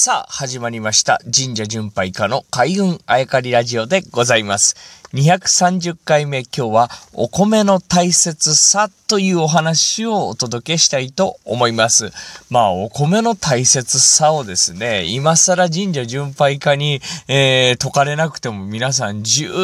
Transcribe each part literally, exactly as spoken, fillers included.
さあ始まりました神社巡拝家の開運あやかりラジオでございます。にひゃくさんじゅっかいめ、今日はお米の大切さというお話をお届けしたいと思います。まあお米の大切さをですね、今更神社巡拝家に、えー、説かれなくても皆さん重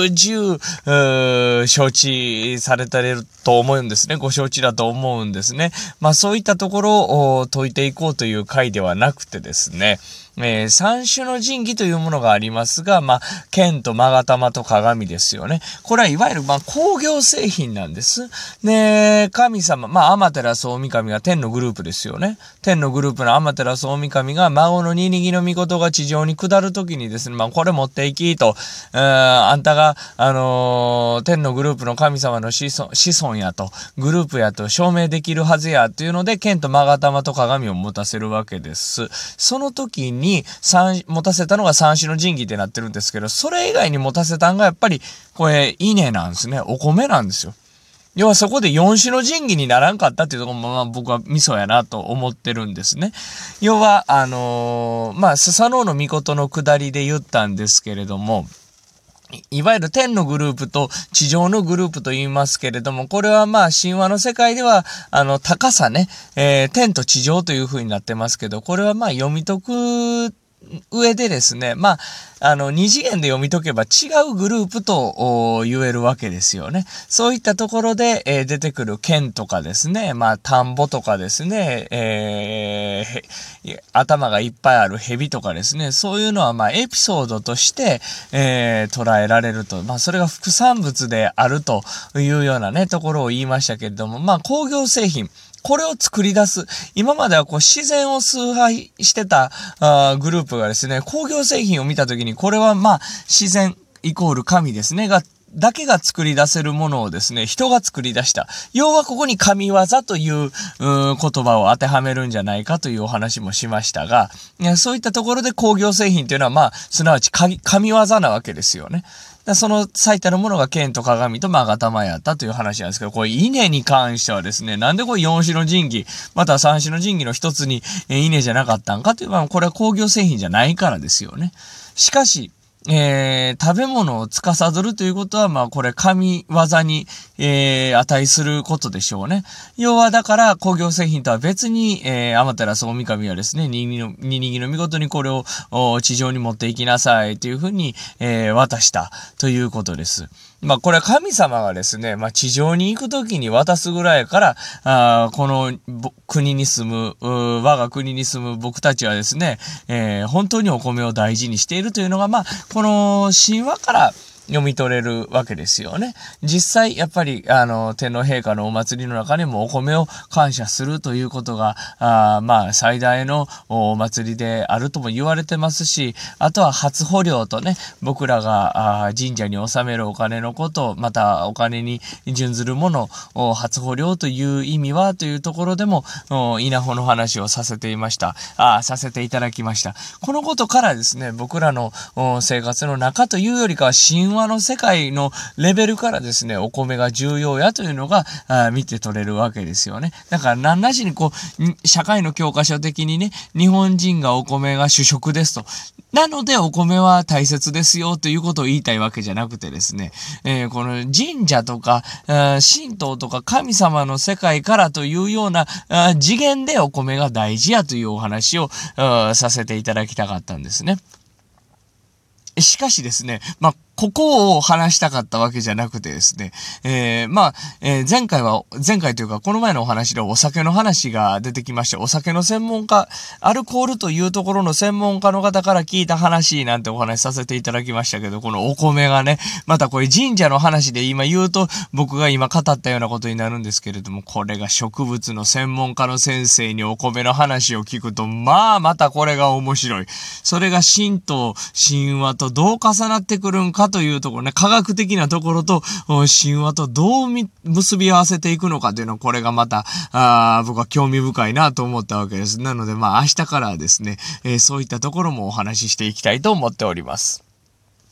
々承知されてると思うんですね。ご承知だと思うんですね。まあそういったところを解いていこうという回ではなくてですね、えー、三種の神器というものがありますが、まあ、剣と勾玉と鏡ですよね。これはいわゆる、まあ、工業製品なんです。で、神様、まあ、天照大神が天のグループですよね。天のグループの天照大神が孫のニニギノミコトが地上に下るときにですね、まあ、これ持っていきと、えー、あんたが、あのー、天のグループの神様の子孫、子孫やと、グループやと証明できるはずやというので、剣と勾玉と鏡を持たせるわけです。その時に、に三持たせたのが三種の神器ってなってるんですけど、それ以外に持たせたんがやっぱりこれ稲なんですね。お米なんですよ。要はそこで四種の神器にならんかったっていうところも、まあ、僕はミソやなと思ってるんですね。要はあのー、まあスサノオノミコトの下りで言ったんですけれども、いわゆる天のグループと地上のグループと言いますけれども、これはまあ神話の世界では、あの高さね、えー、天と地上という風になってますけど、これはまあ読み解く上でですね、まあ、あの、二次元で読み解けば違うグループと言えるわけですよね。そういったところで、えー、出てくる剣とかですね、まあ、田んぼとかですね、えー、頭がいっぱいある蛇とかですね、そういうのはまあ、エピソードとして、えー、捉えられると。まあ、それが副産物であるというようなね、ところを言いましたけれども、まあ、工業製品。これを作り出す。今まではこう自然を崇拝してたあグループがですね、工業製品を見たときに、これはまあ自然イコール神ですね、が、だけが作り出せるものをですね、人が作り出した。要はここに神業という、う言葉を当てはめるんじゃないかというお話もしましたが、そういったところで工業製品というのはまあ、すなわち神業なわけですよね。その最たるものが剣と鏡と勾玉やったという話なんですけど、これ稲に関してはですね、なんでこれ四種の神器、また三種の神器の一つに稲じゃなかったんかというのは、これは工業製品じゃないからですよね。しかし、えー、食べ物を司るということは、まあこれ神業に、えー、値することでしょうね。要はだから工業製品とは別に、えー、天照大神はですね、ニニギノミコトにこれを地上に持っていきなさいというふうに、えー、渡したということです。まあこれは神様がですね、まあ地上に行くときに渡すぐらいから、あこの国に住む、我が国に住む僕たちはですね、えー、本当にお米を大事にしているというのが、まあこの神話から読み取れるわけですよね。実際、やっぱり、あの、天皇陛下のお祭りの中にもお米を感謝するということが、あまあ、最大のお祭りであるとも言われてますし、あとは初穂料とね、僕らがあ神社に納めるお金のこと、またお金に準ずるものを初穂料という意味はというところでも、稲穂の話をさせていました。あさせていただきました。このことからですね、僕らの生活の中というよりかは神話の世界のレベルからですね、お米が重要やというのがあ見て取れるわけですよね。だから何なしにこう、社会の教科書的にね、日本人がお米が主食ですと。なのでお米は大切ですよということを言いたいわけじゃなくてですね、えー、この神社とか、神道とか神様の世界からというような次元でお米が大事やというお話をさせていただきたかったんですね。しかしですね、まあ、ここを話したかったわけじゃなくてですね、えー、まあ、えー、前回は、前回というかこの前のお話でお酒の話が出てきまして、お酒の専門家、アルコールというところの専門家の方から聞いた話なんてお話しさせていただきましたけど、このお米がね、またこれ神社の話で今言うと僕が今語ったようなことになるんですけれども、これが植物の専門家の先生にお米の話を聞くと、まあまたこれが面白い。それが神道、神話とどう重なってくるんかというところね、科学的なところと神話とどう結び合わせていくのかというのは、これがまたあ僕は興味深いなと思ったわけです。なのでまあ明日からはですね、えー、そういったところもお話ししていきたいと思っております。